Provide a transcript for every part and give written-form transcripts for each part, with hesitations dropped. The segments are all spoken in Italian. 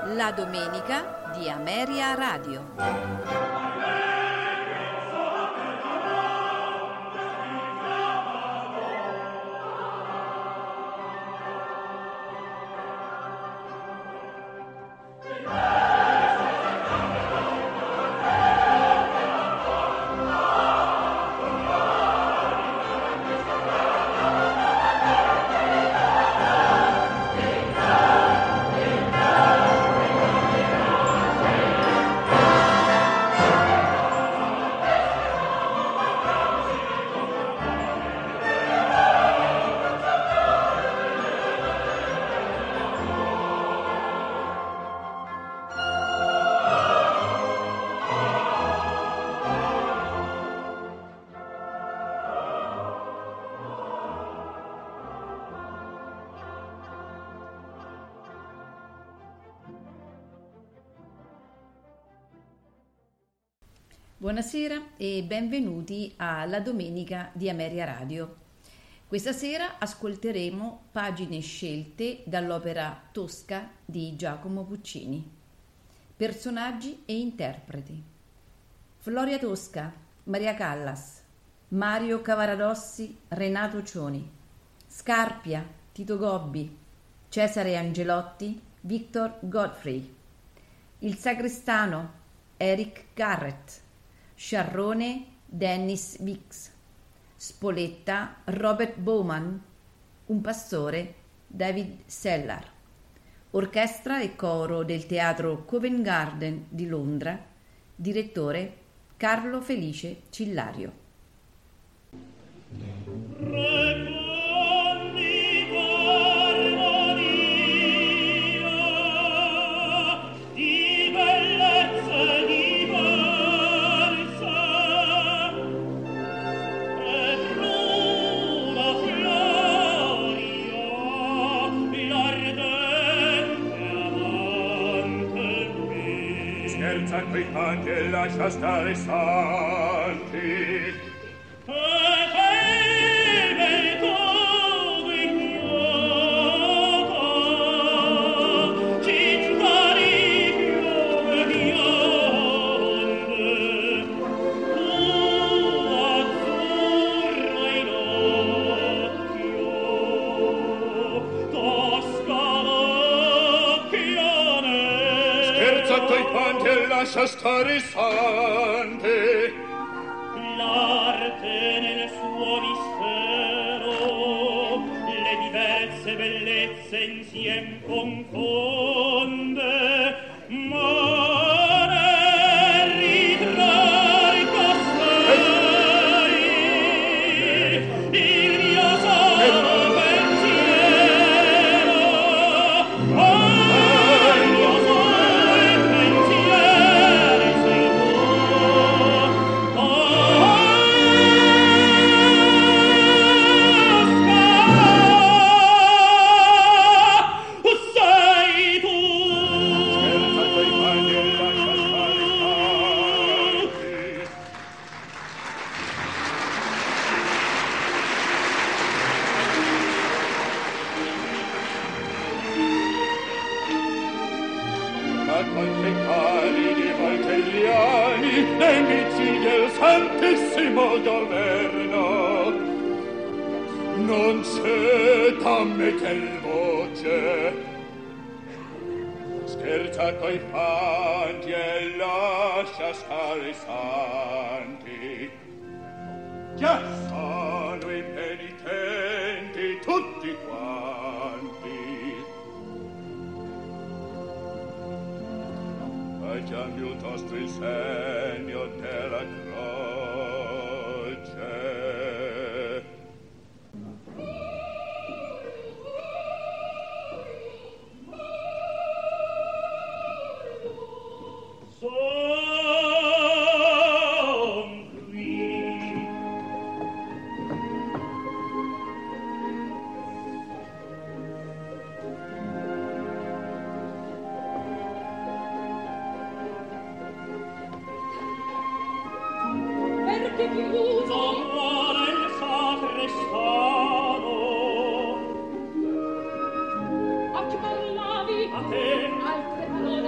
La domenica di Ameria Radio. Buonasera e benvenuti alla Domenica di Ameria Radio. Questa sera ascolteremo pagine scelte dall'opera Tosca di Giacomo Puccini. Personaggi e interpreti: Floria Tosca, Maria Callas, Mario Cavaradossi, Renato Cioni, Scarpia, Tito Gobbi, Cesare Angelotti, Victor Godfrey, il sagrestano Eric Garrett, Sciarrone Dennis Wicks, Spoletta Robert Bowman, un pastore David Sellar, orchestra e coro del teatro Covent Garden di Londra, direttore Carlo Felice Cillario. Quei canti e lascia stare i santi. Lascia stare i santi. L'arte nel suo mistero le diverse bellezze insiem confonde, ma ne ritrai costei il mio solo pensiero. Santissimo governo, non c'è tamme che voce, scherza coi fanti e lascia stare i santi. Già sono i penitenti tutti quanti, facciam piuttosto il segno della croce. Perché chiuso muore il sacrestano. A chi parlavi? A te. Altre parole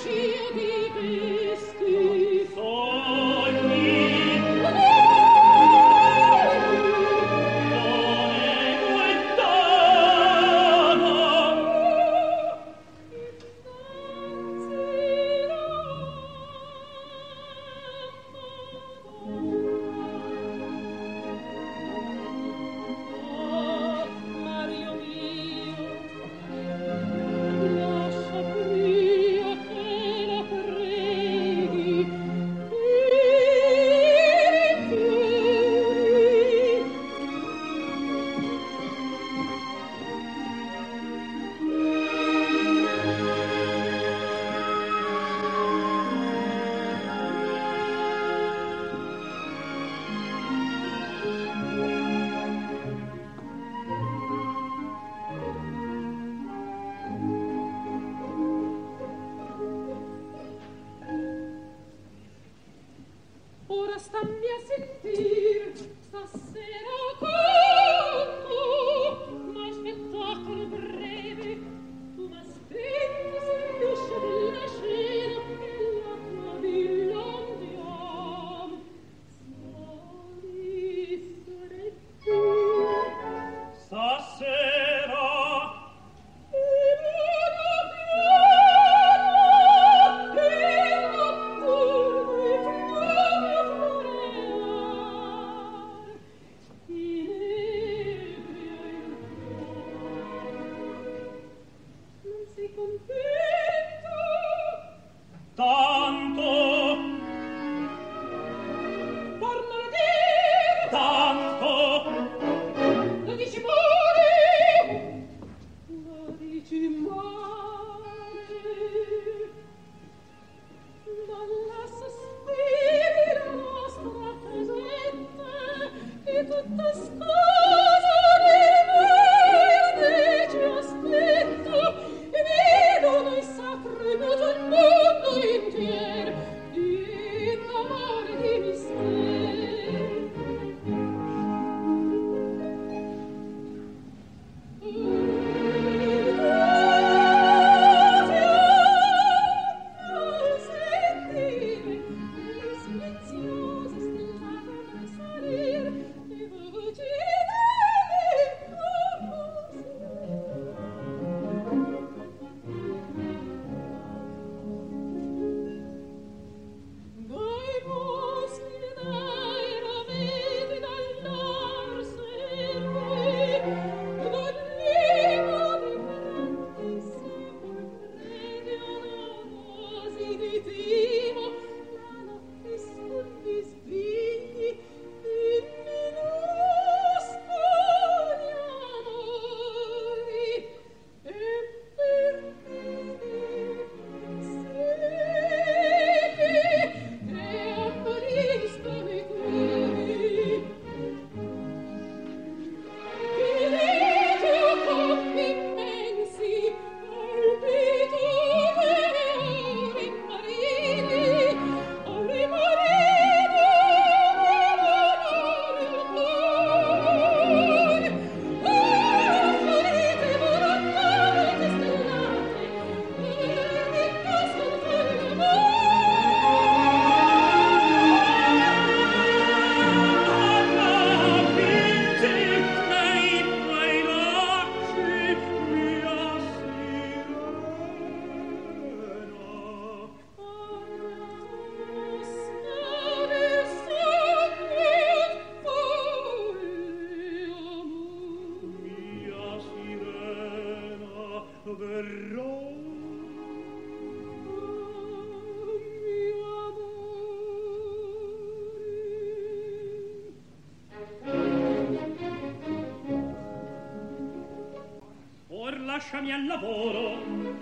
lasciami al lavoro.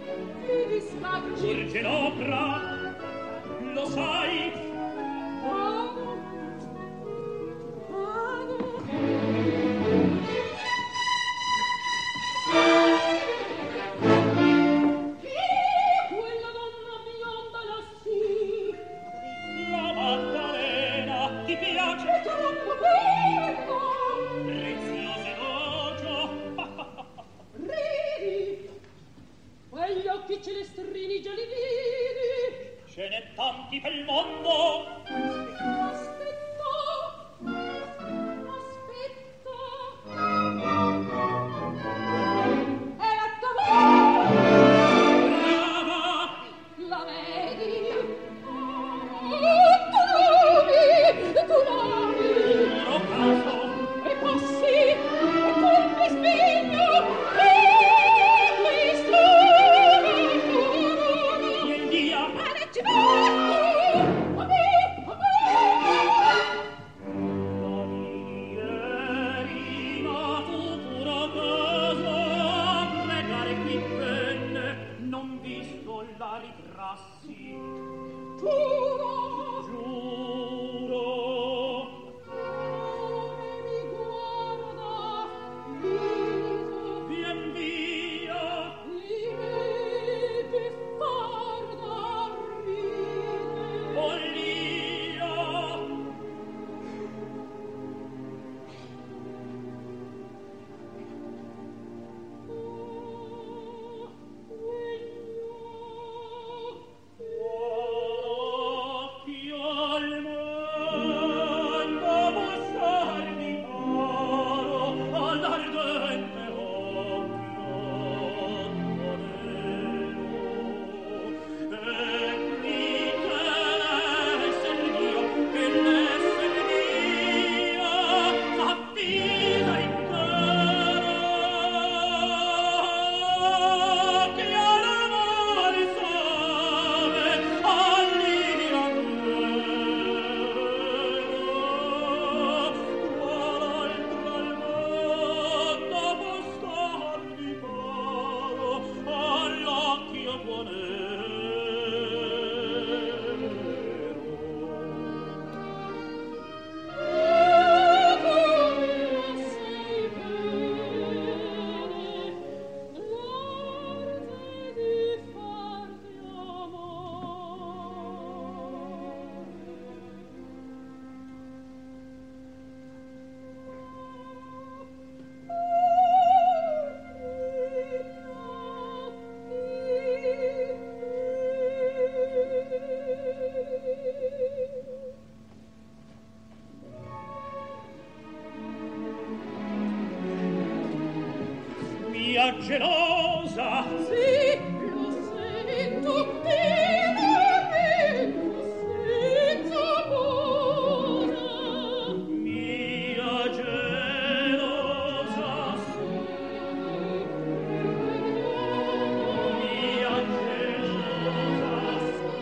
Mi disfacci. Urge l'opera, lo sai. Vado. Chi? Quella donna bionda lassì. La Maddalena, ti piace? È troppo bella. Prezioso elogio. Ridi. Quegli occhi celestrini già li vidi. fatti pel mondo. Gelosa, sì, lo sento, dimmi, senza cosa. mia gelosa, mia gelosa,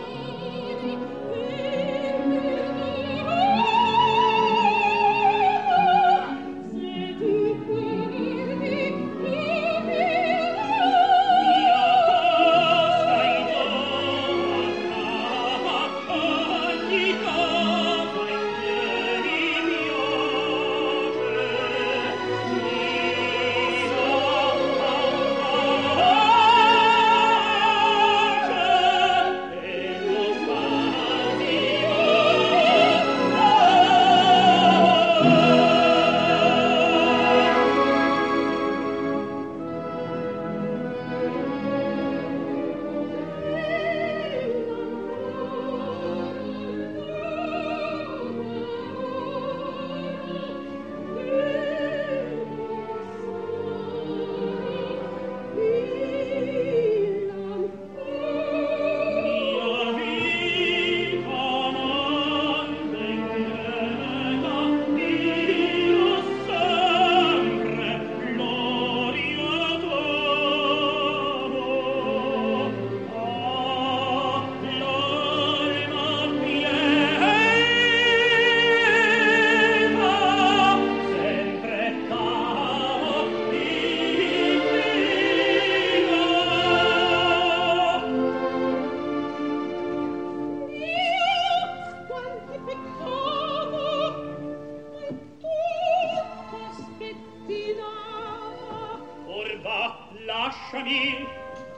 lasciami.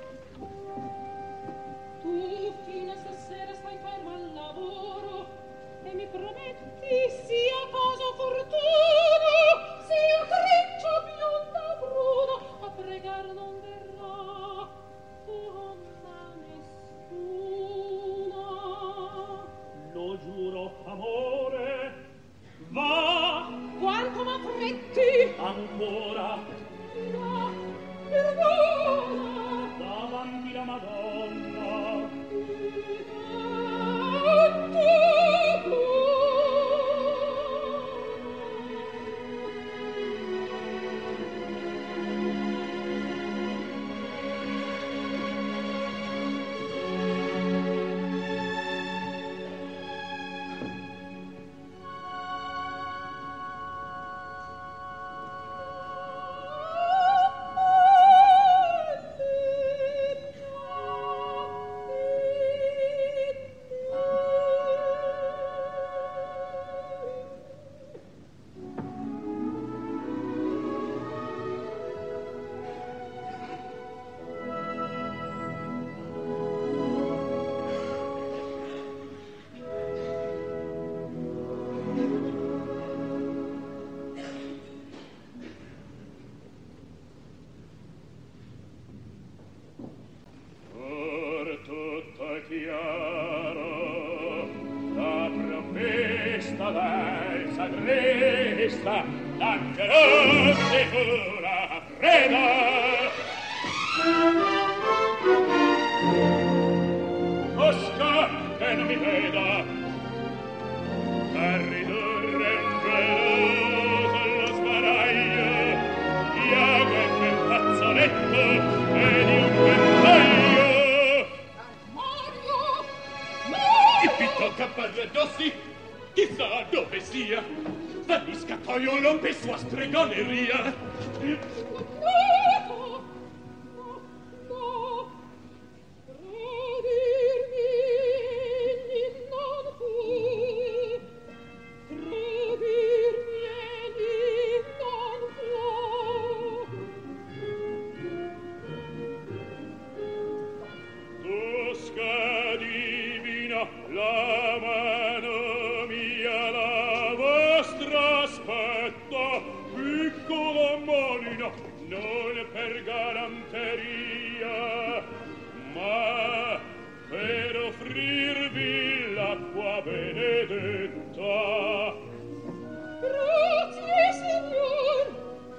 Tu fino a stasera stai fermo al lavoro e mi prometti sia cosa o fortuna, sia treccia bionda bruna, a pregar non verrà donna nessuna. valsa trista, dangerosa fura preda. Tosca che non mi veda, per ridurre un geloso allo sbaraglio, iago per fazzoletto e di un guerraglio. Mario! Il pitto capace adossi, chissà dove sia, vanisca poi un rompe sua stregoneria. No! No! Tradirmi egli non fu, tradirmi egli non può. Tosca divina, la mano mia la vostra aspetta, piccola manina, non per galanteria, ma per offrirvi l'acqua benedetta. Grazie, signor!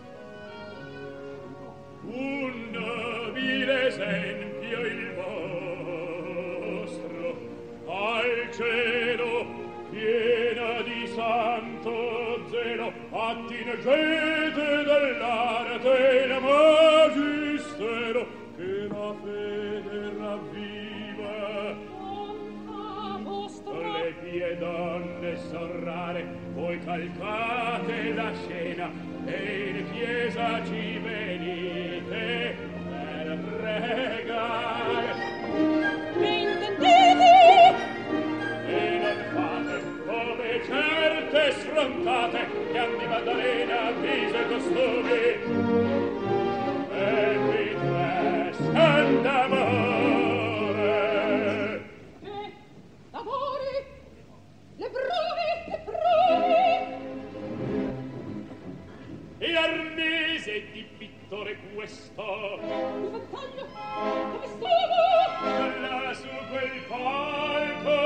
Un nobile esempio il vostro, al cielo piena di santo zelo, attingete dell'arte il magistero, che la fede ravviva. Santa vostra! Le pie donne sorrare, voi calcate la scena e in chiesa ci venite per pregare. Che intendete? E non fate come certe sfrontate che han di Maddalena viso e costumi e vi trescan d'amore. D'amore! Lebroni! E arnese di pittore questo, Il vantaggio! Dove stavo? là su quel palco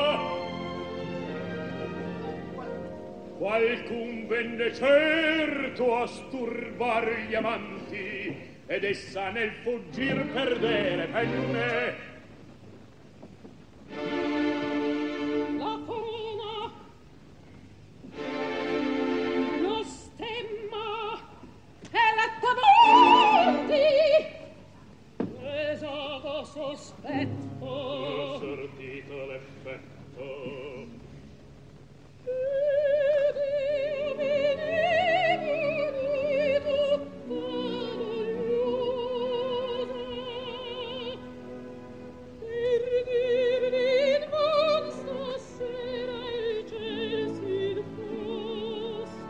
qualcun venne certo a sturbar gli amanti ed essa nel fuggir perdere penne. La corona! Lo stemma! E l'attamonti! Esato sospetto! Ho sortito l'effetto. Ed io benevenito adogliosa per dirmi in man stasera il ciel s'infossa.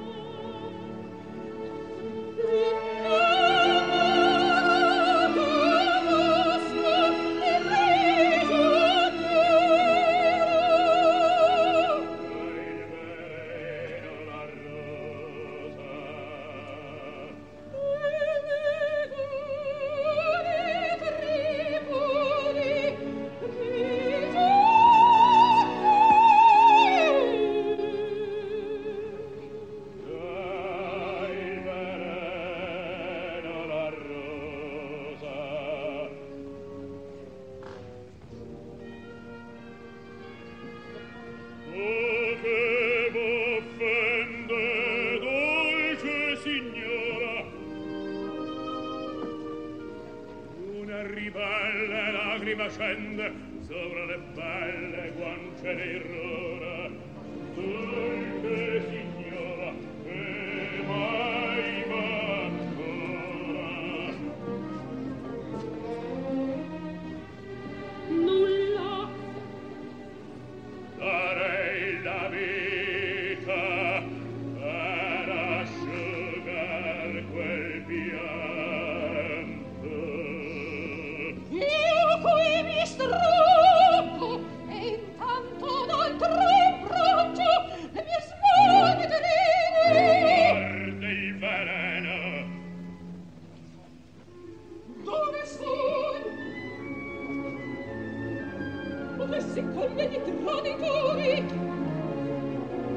Scende sopra le belle guance di Rora. Dolce signora, che mai m'ancora? Nulla! Darei la vita per asciugar quel pianto. Io qui mi strappo e intanto d'altro braccio le mie spalle tenere. Guarda il veleno. Dove sono? Potessi cogliere i traditori.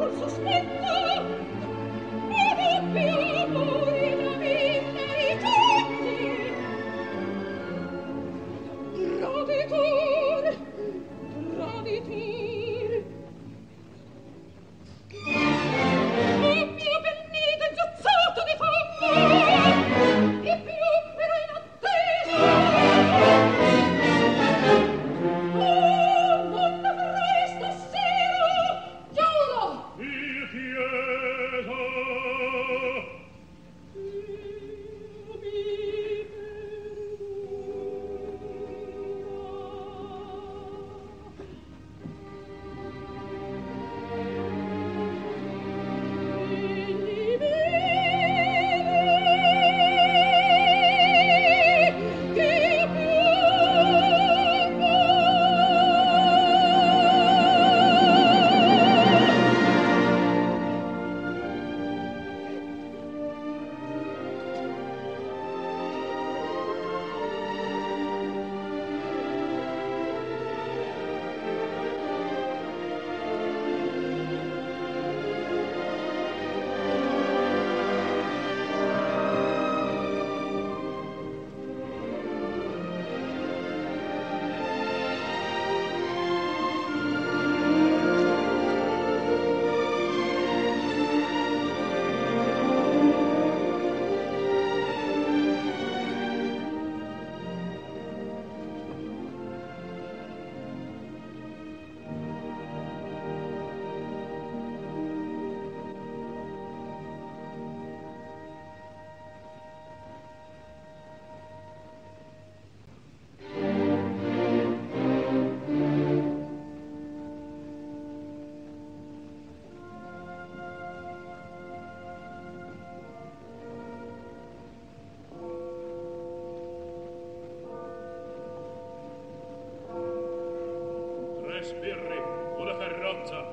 Sbirri, una carrozza,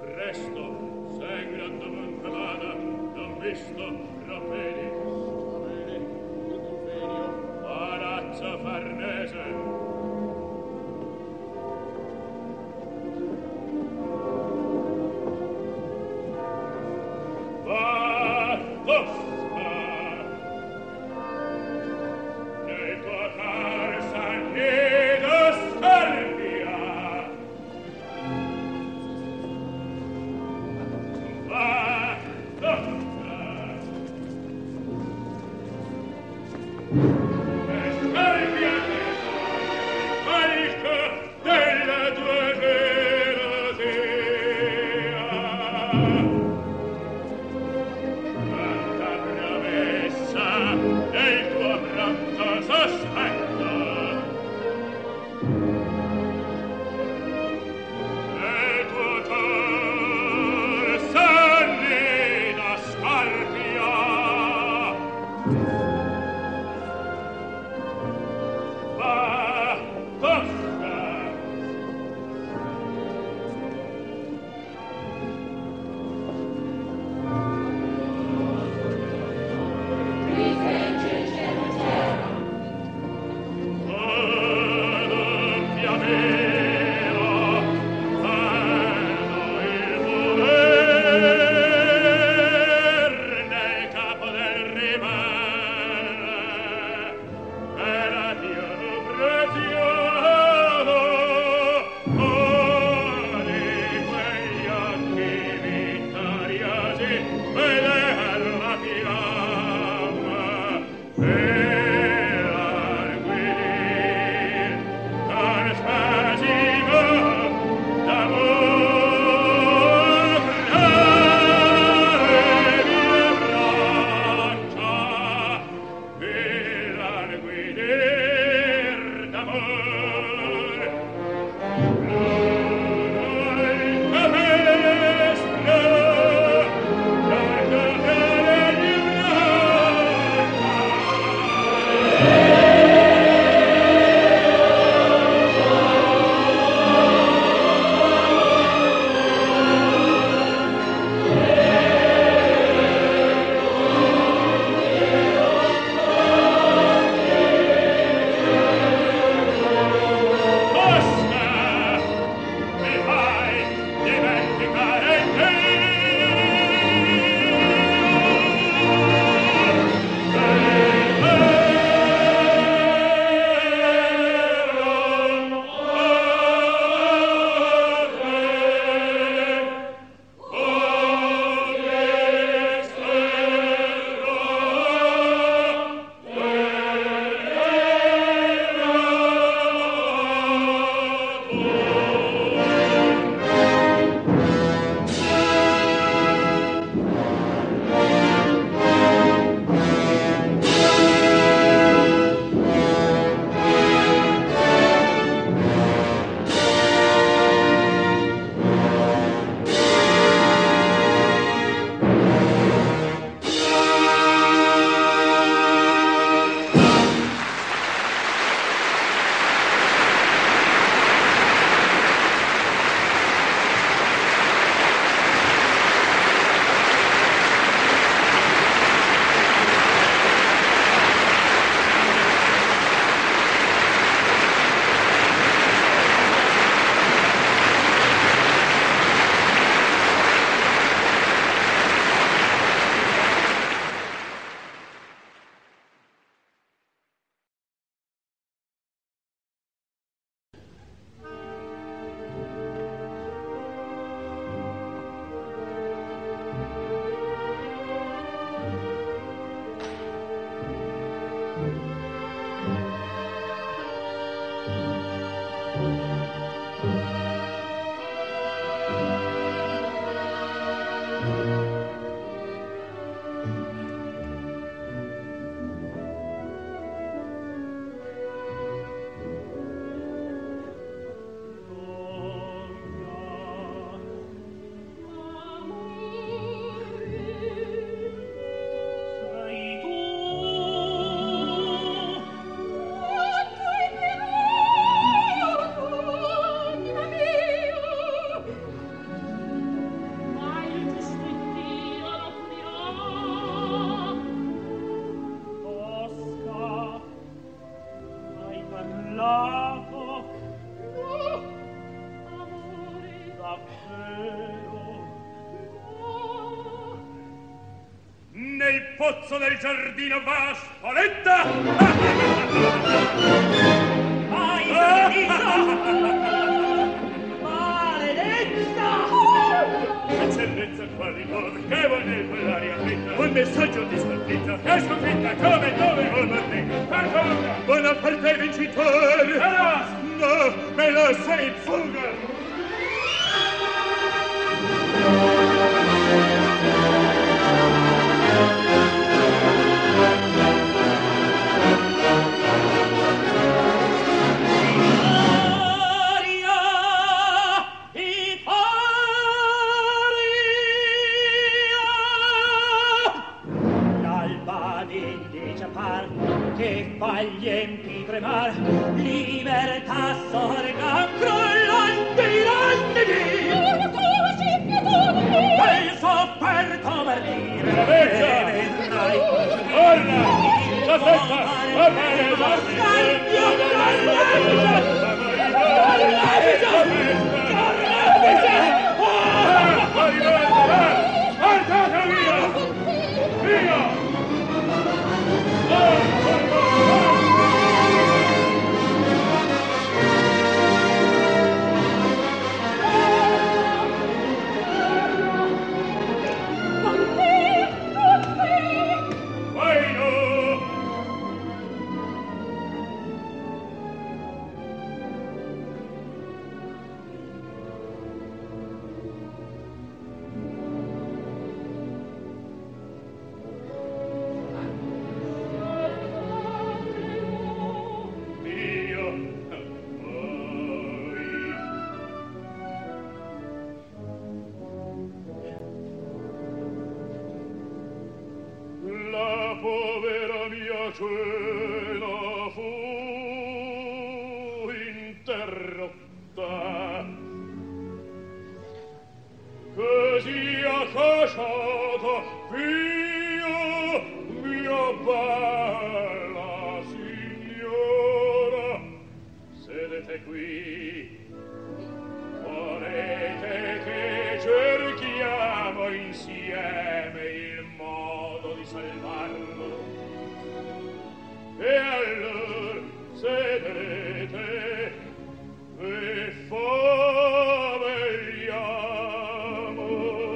presto, segui dovunque vada, non visto, rapedi. Va bene, il convenio. Palazzo Farnese. Scalvia! pozzo del giardino va, spoletta! Vai, maledetta! Eccellenza, quali cose, che vuol dire quell'aria fritta? Un messaggio di sconfitta. Che sconfitta? Come, dove? Oh, Martina, per cosa? Bonaparte vincitore! Eros! No, me lo sei in fuga! Che fa gli empi tremar, libertà sorga, crollante i randidi. Quel sofferto martire, vedrai. Orla! Giaffetta! Va bene, va Scambio, Portate via! Via! cena fu interrotta, così accasciata via mia bella signora. Sedete qui, volete che cerchiamo insieme il modo di salvarlo? E allora sedete e faveliamo,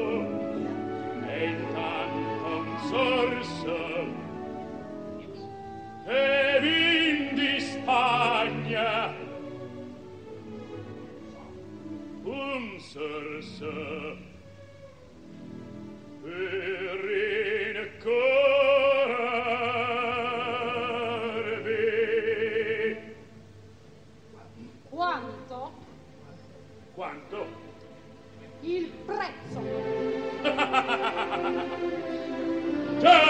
e intanto un sorso e vin di Spagna, un sorso per rincorarvi. Quanto? Quanto? Il prezzo. Già,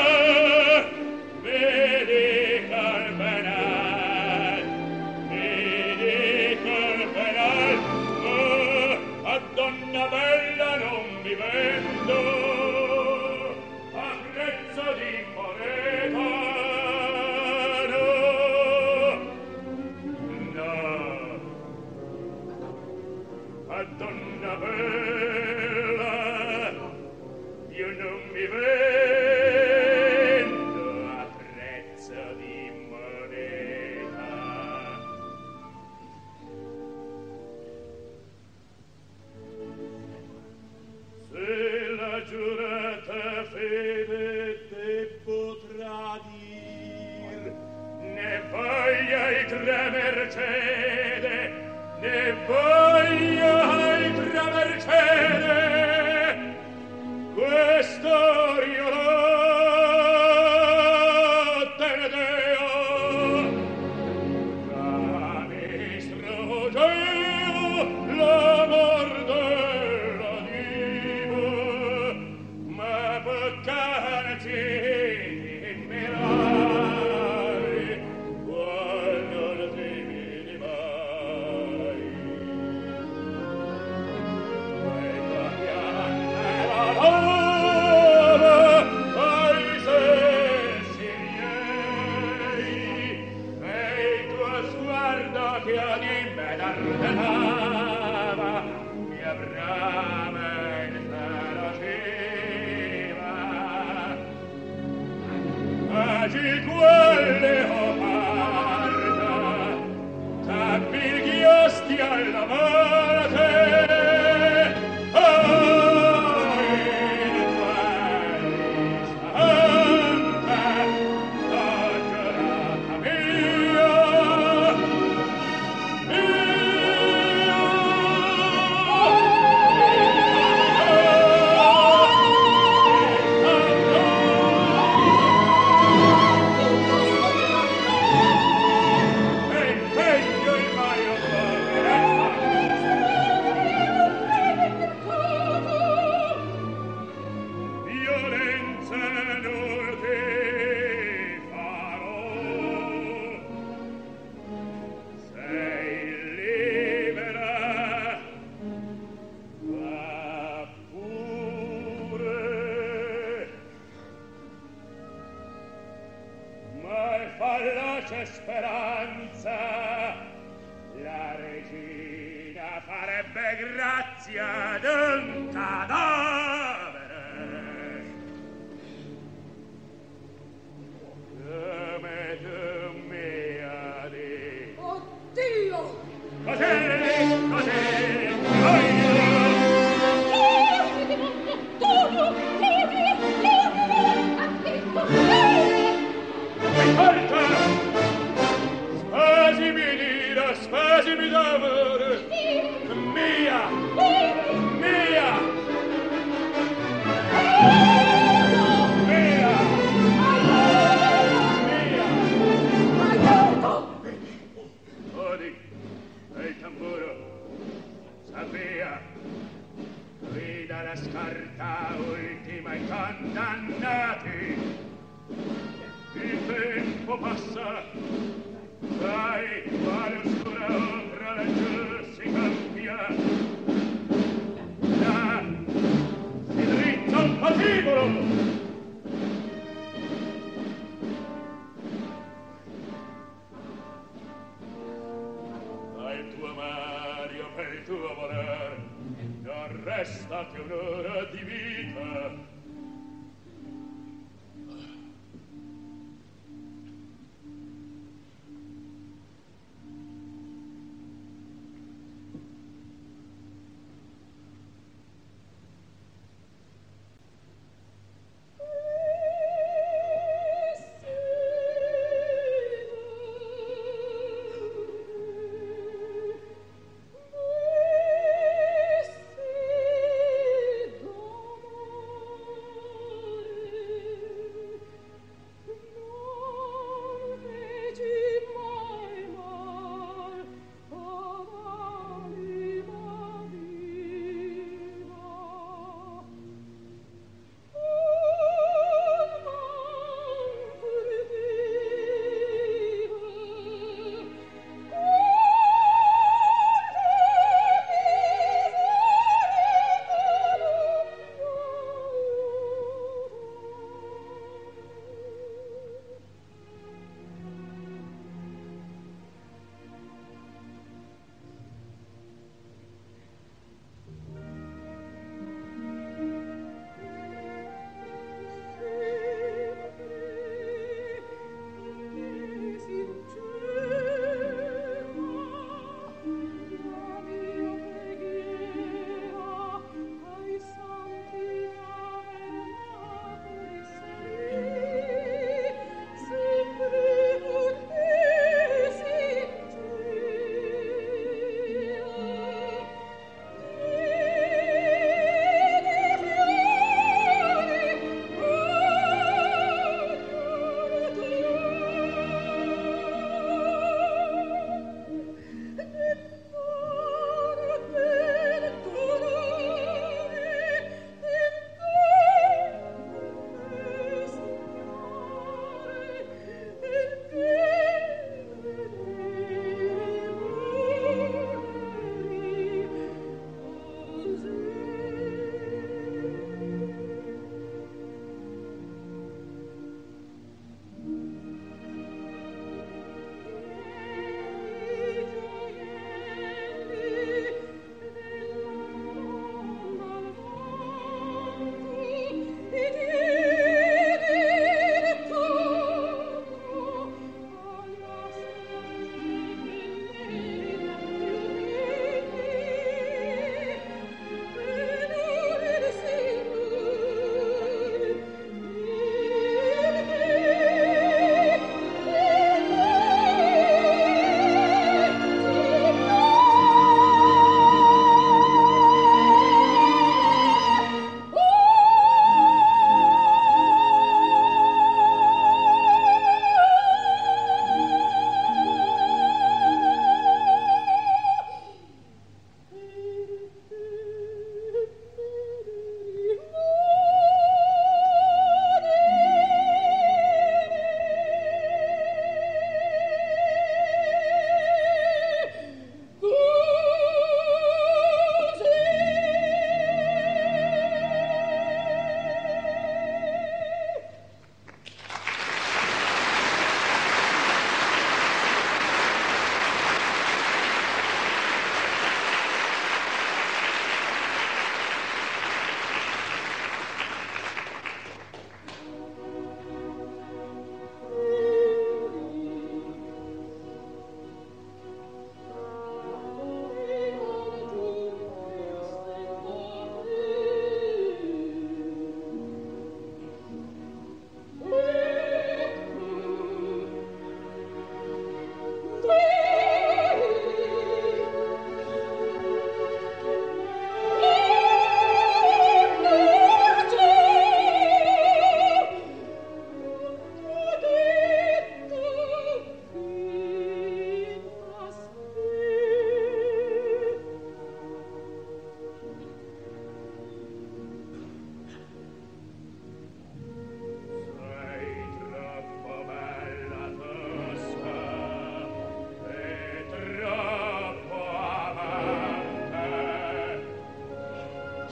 vedi col penal, a donna bella non mi vendo, a prezzo di moneta, no, a donna bella io non mi vendo a prezzo di moneta. Se la giurata fede te potrà dir, ne voglia altra mercede, ne voglia altra mercede, questo io lo te ne deo, canestro geo, l'amor della diva, ma poccanzi immirare, qual non ti vedi mai. E guardiante la lava ai sensi miei, e il tuo sguardo che ad in me d'ardenava mi avrà ben feroceva. agil quel leoparda, t'avvilghi osti alla morte.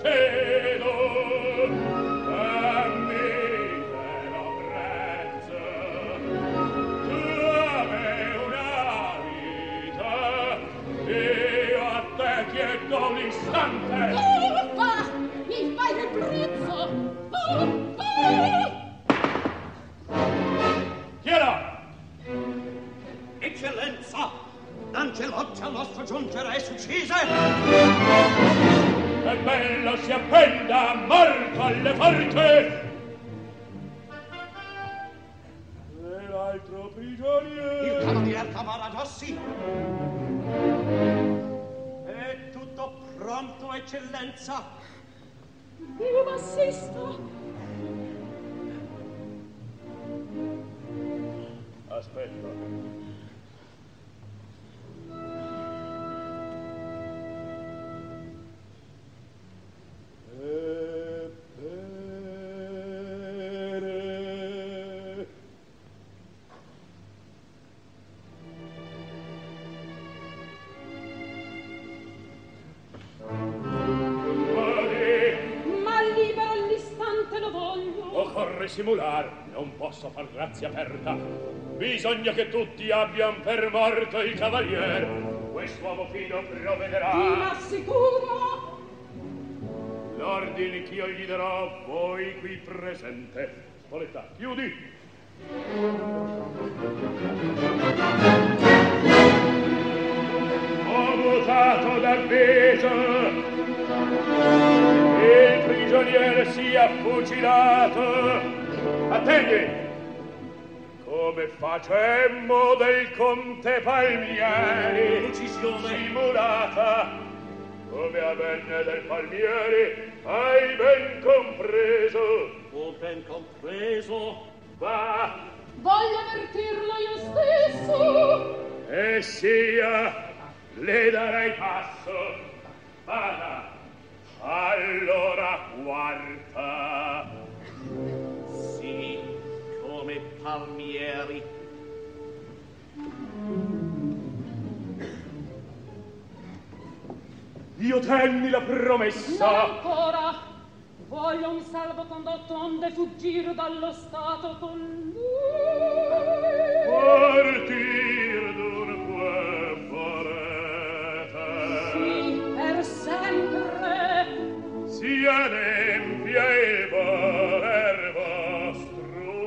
concedo a misero prezzo. Tu a me una vita, io a te chiedo un istante. Uffa! Mi fai ribrezzo! Chi è là? Eccellenza, l'angeloccia al nostro giungere è s'uccise. È bello si appenda, morto alle forche. E l'altro prigioniero? Il cavalier Cavaradossi. È tutto pronto, eccellenza. Io m'assisto. Aspetta. Ma libero all'istante lo voglio. Occorre simular, non posso far grazia aperta. Bisogna che tutti abbian per morto il cavalier. Quest'uomo fido provvederà. Ma sicuro? L'ordine ch'io gli darò, voi qui presente. Spoletta, chiudi. Ho mutato d'avviso. Il prigioniere sia fucilato. Attendi. Come facemmo del conte Palmieri, Uccisione. simulata. Come avvenne del Palmieri, hai ben compreso. Ho ben compreso. Va, Voglio avvertirlo io stesso. e sia, le darai passo. Vada, allora quarta. Sì, come Palmieri. Io tenni la Non promessa. ancora. Voglio un salvocondotto onde fuggire dallo stato con lui. Partir dunque vorrete. Sì, per sempre. Si adempia il voler vostro.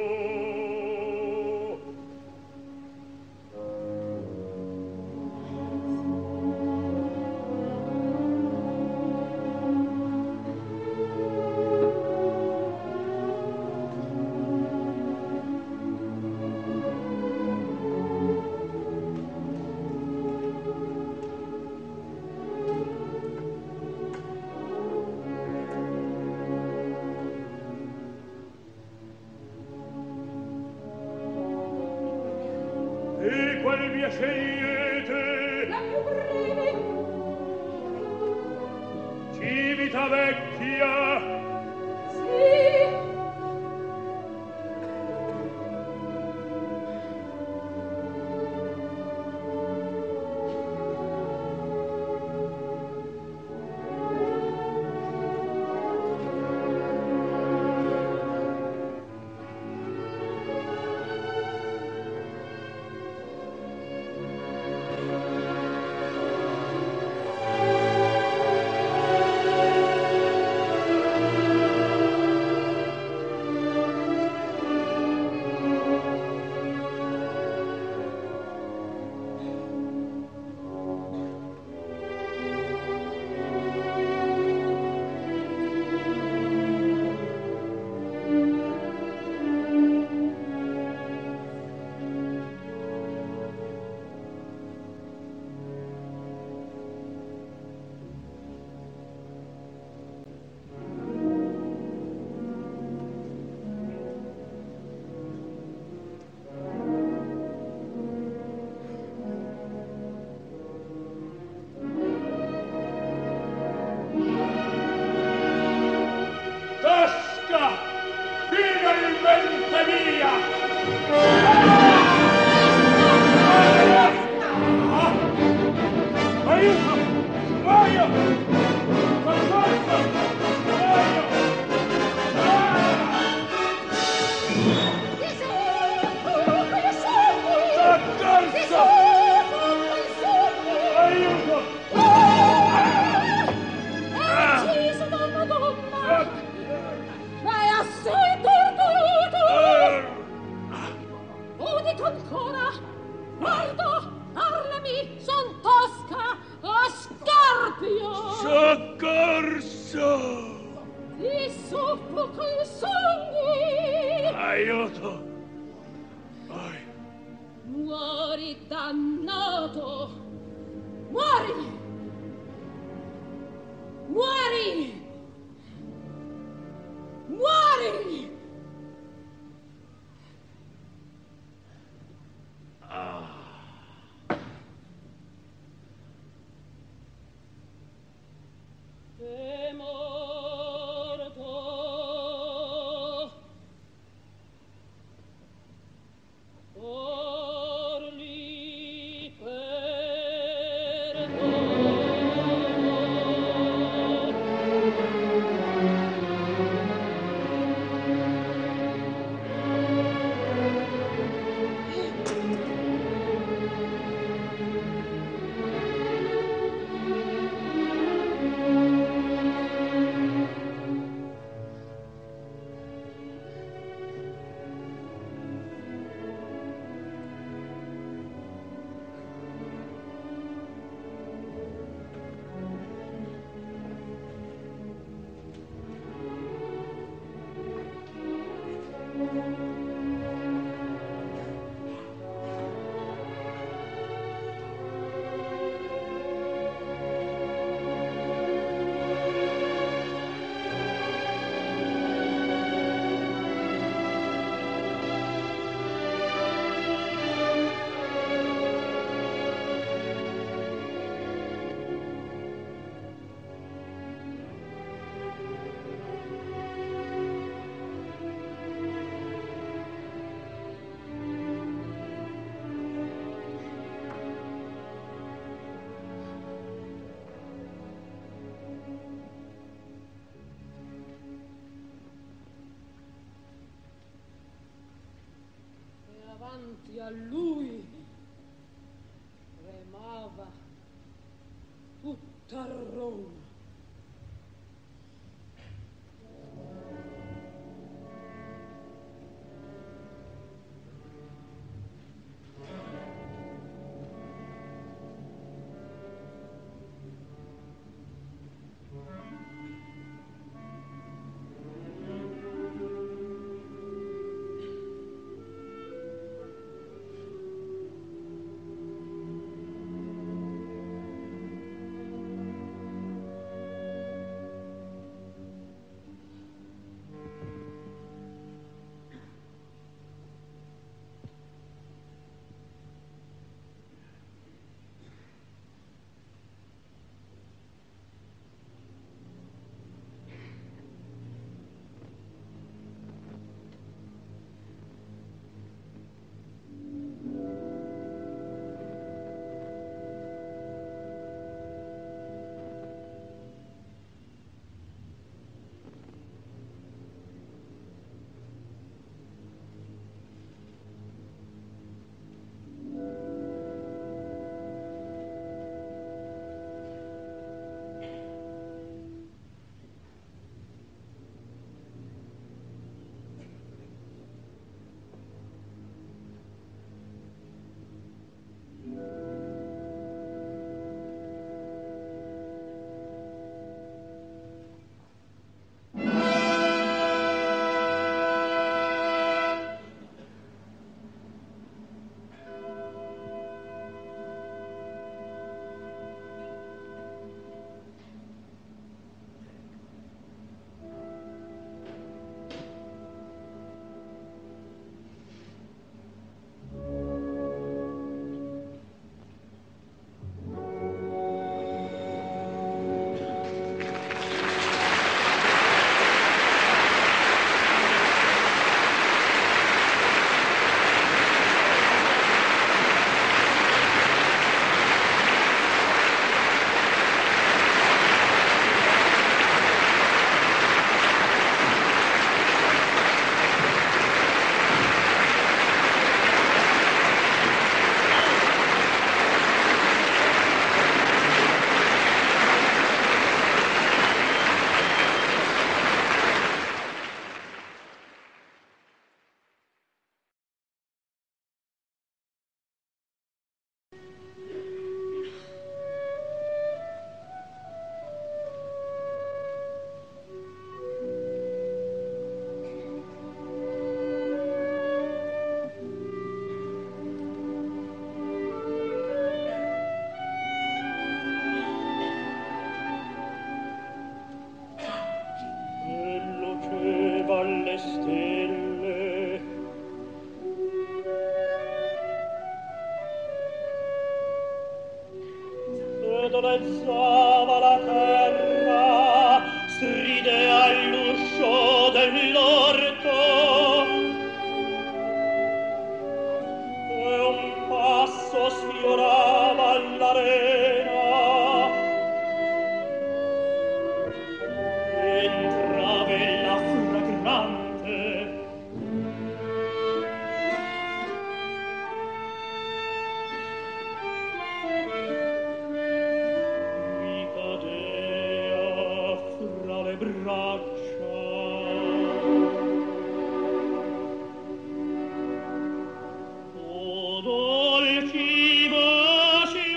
E qual via scegliete? La più breve. Civitavecchia? Sì. Aiuto! Muoio! Soccorso! Soccorso! Ti soffoca il sangue! Aiuto! Poi... Muori, dannato! Muori! Muori! Muori! È morto. Orli perdo. Davanti a lui tremava tutta Roma. le stelle. Vedolezzava la terra, stride all'uscio dell'orto, e un passo sfiorava l'arena. Entrava la fragrante, mi cadea fra le braccia. O dolci baci,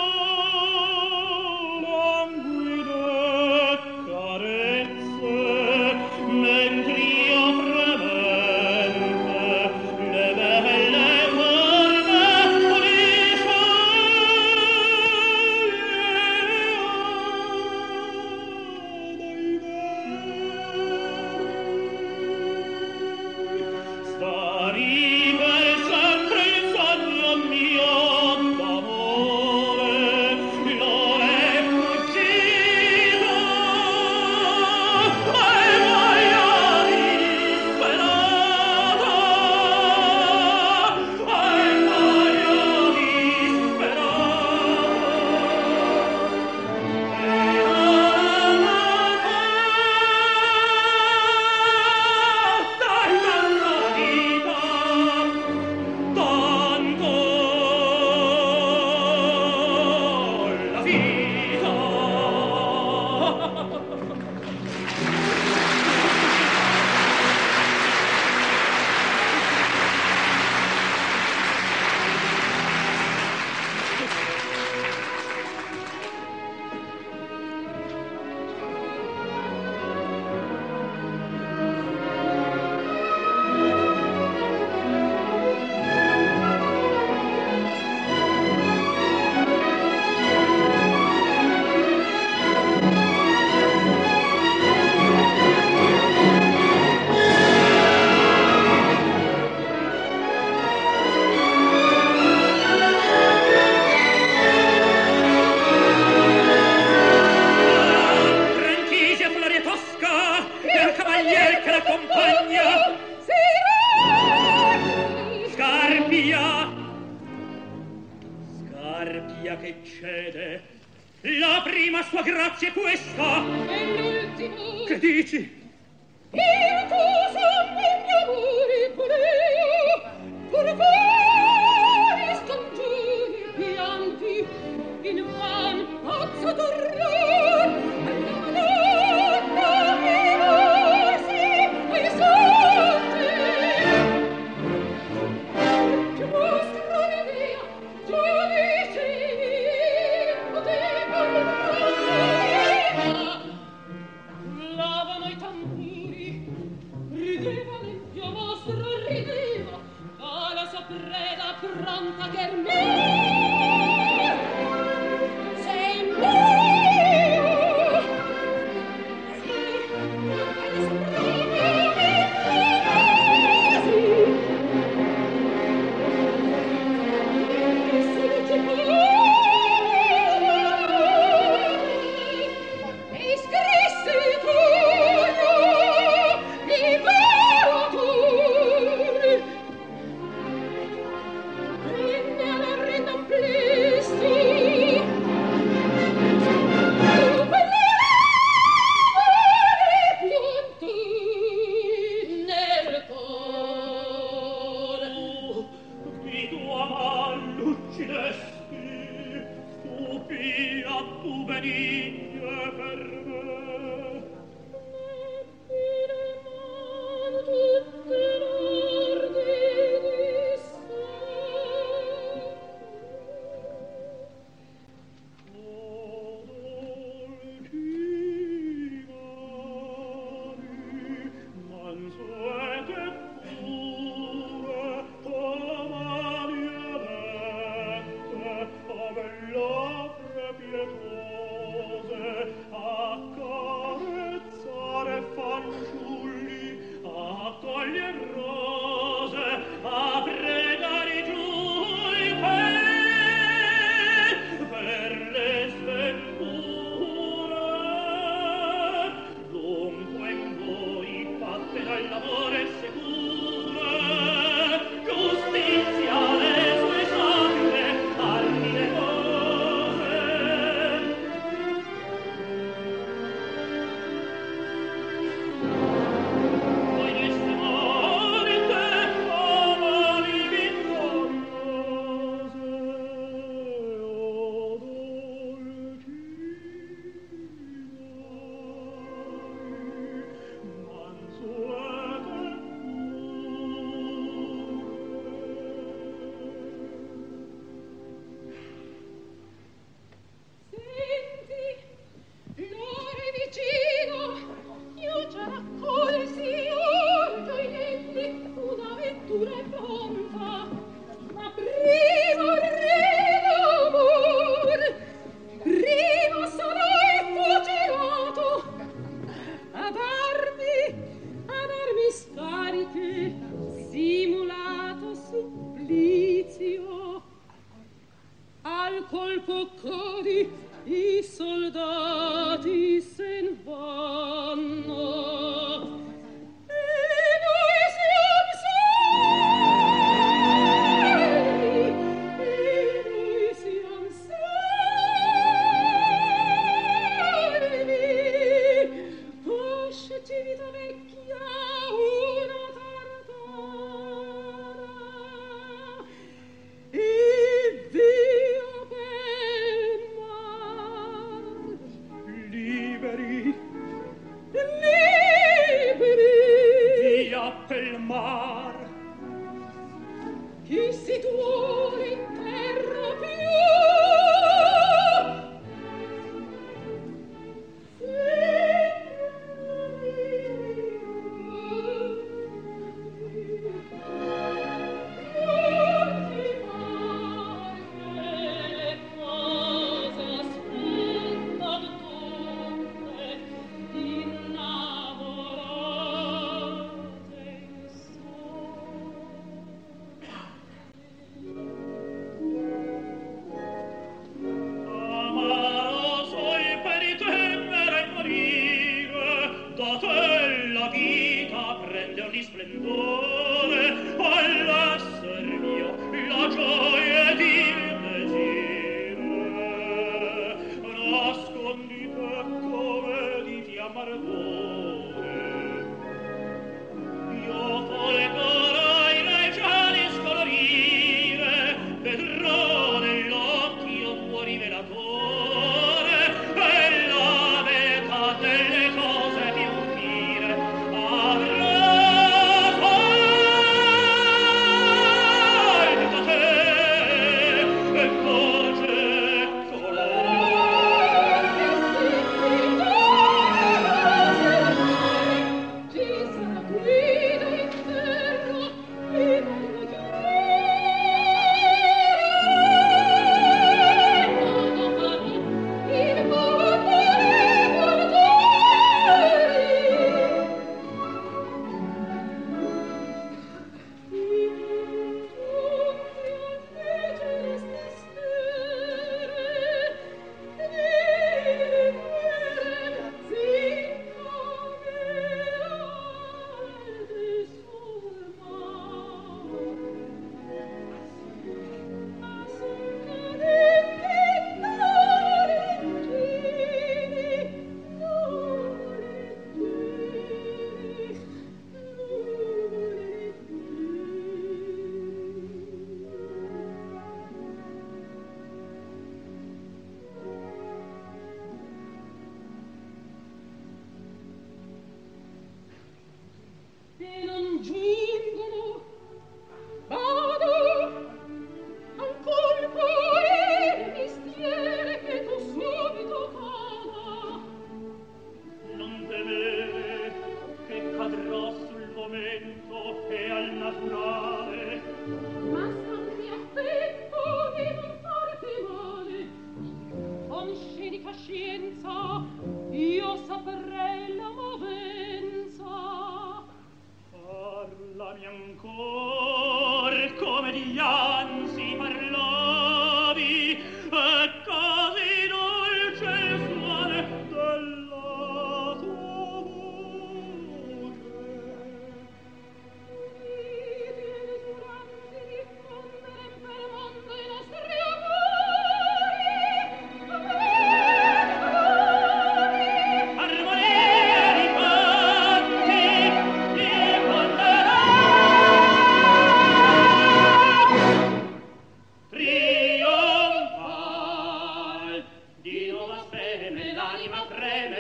o languide carezze, mentr'io fremente le belle forme stari per sempre il sogno mio d'amore, lo è fuggito e voglio disperato, e voglio disperato, e dalla vita tanto la vita. Franchigia Floria Tosca e un cavalier che l'accompagna. Scarpia, Scarpia che cede. La prima sua grazia è questa. E l'ultimo, Che dici? il tuo sangue mio amore voleo, pur fuori scongiuri e pianti, in van pazzo d'orror, alla Madonna mi vorsi ai santi. Che vostra idea, giudici, poteva lavano i tamburi, rideva l'empio vostro, rideva, alla sua preda pronta che sei mio. Sì, alla sua e scrissi tuo liberatori e nella ridamplisti tu pianti nel cuore. Di tua man l'uccidesti, tu pia, tu benigne per me. Metti le mani tutte l'ordini O dolci mani, mansuete pure, o mani elette, o bell'opere pietose, a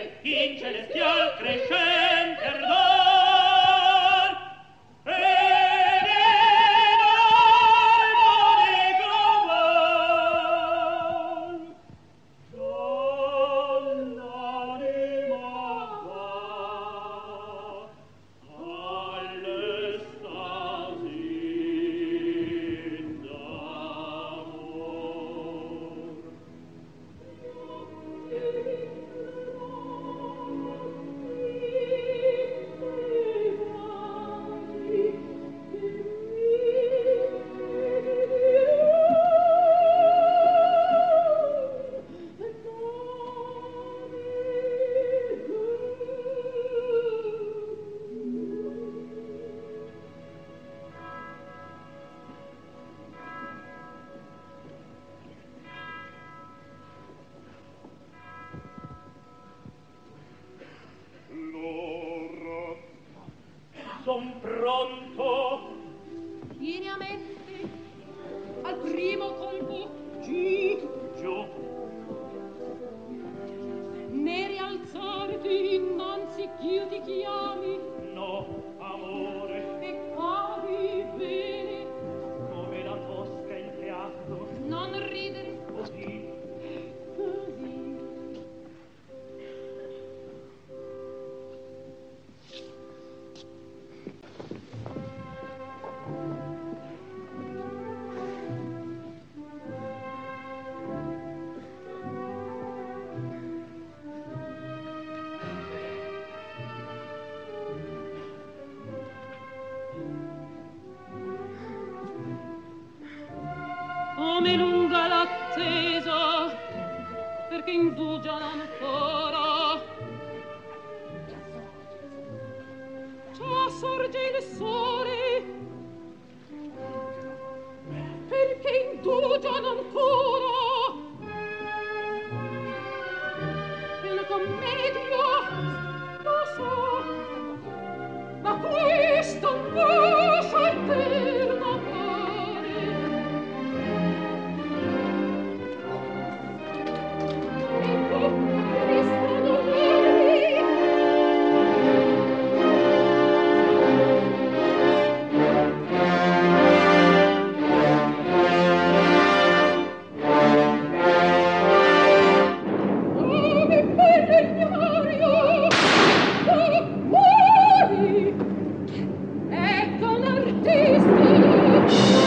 in celestial crescente ardor. Son pronto. Vieni a mente al primo colpo. Giù. Ne rialzarti innanzi ch'io ti chiami. No, amore. E cadi bene. Come la Tosca in teatro. Non ridere. Così. Come lunga l'attesa, perché indugiano ancora. Già sorge il sole, perché indugiano ancora. E la commedia, lo so, ma questa angoscia eterna pare. Ecco un artista.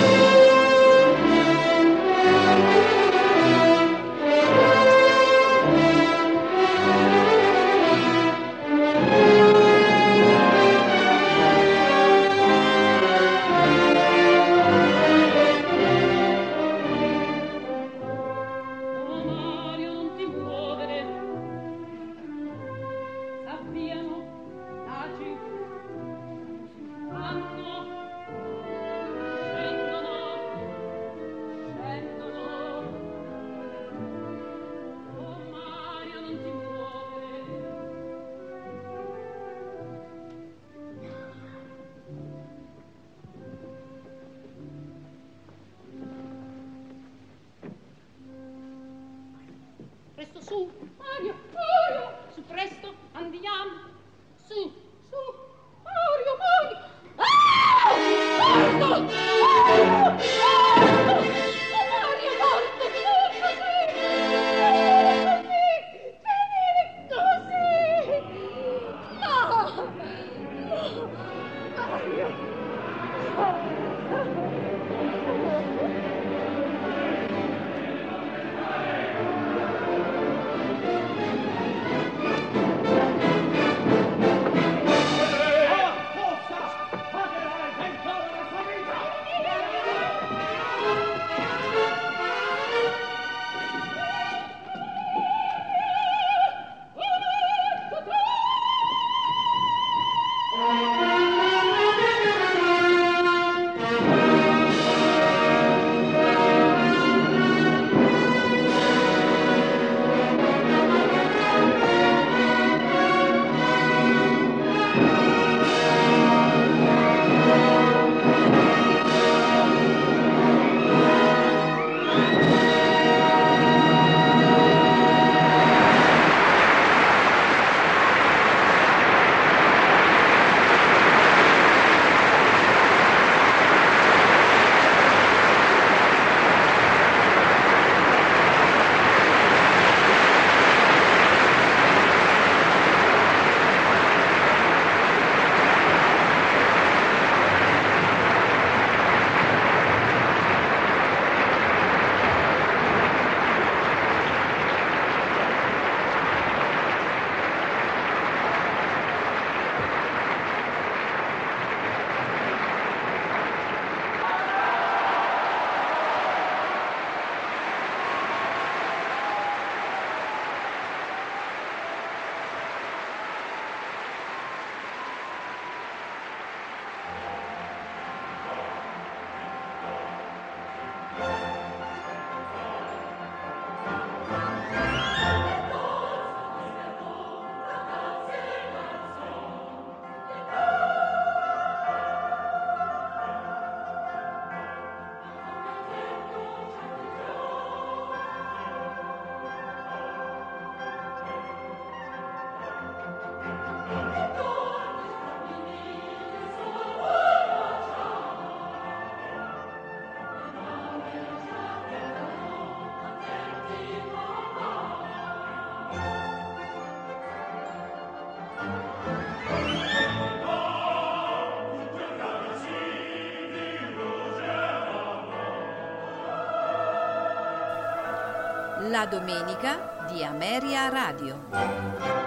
La domenica di Ameria Radio.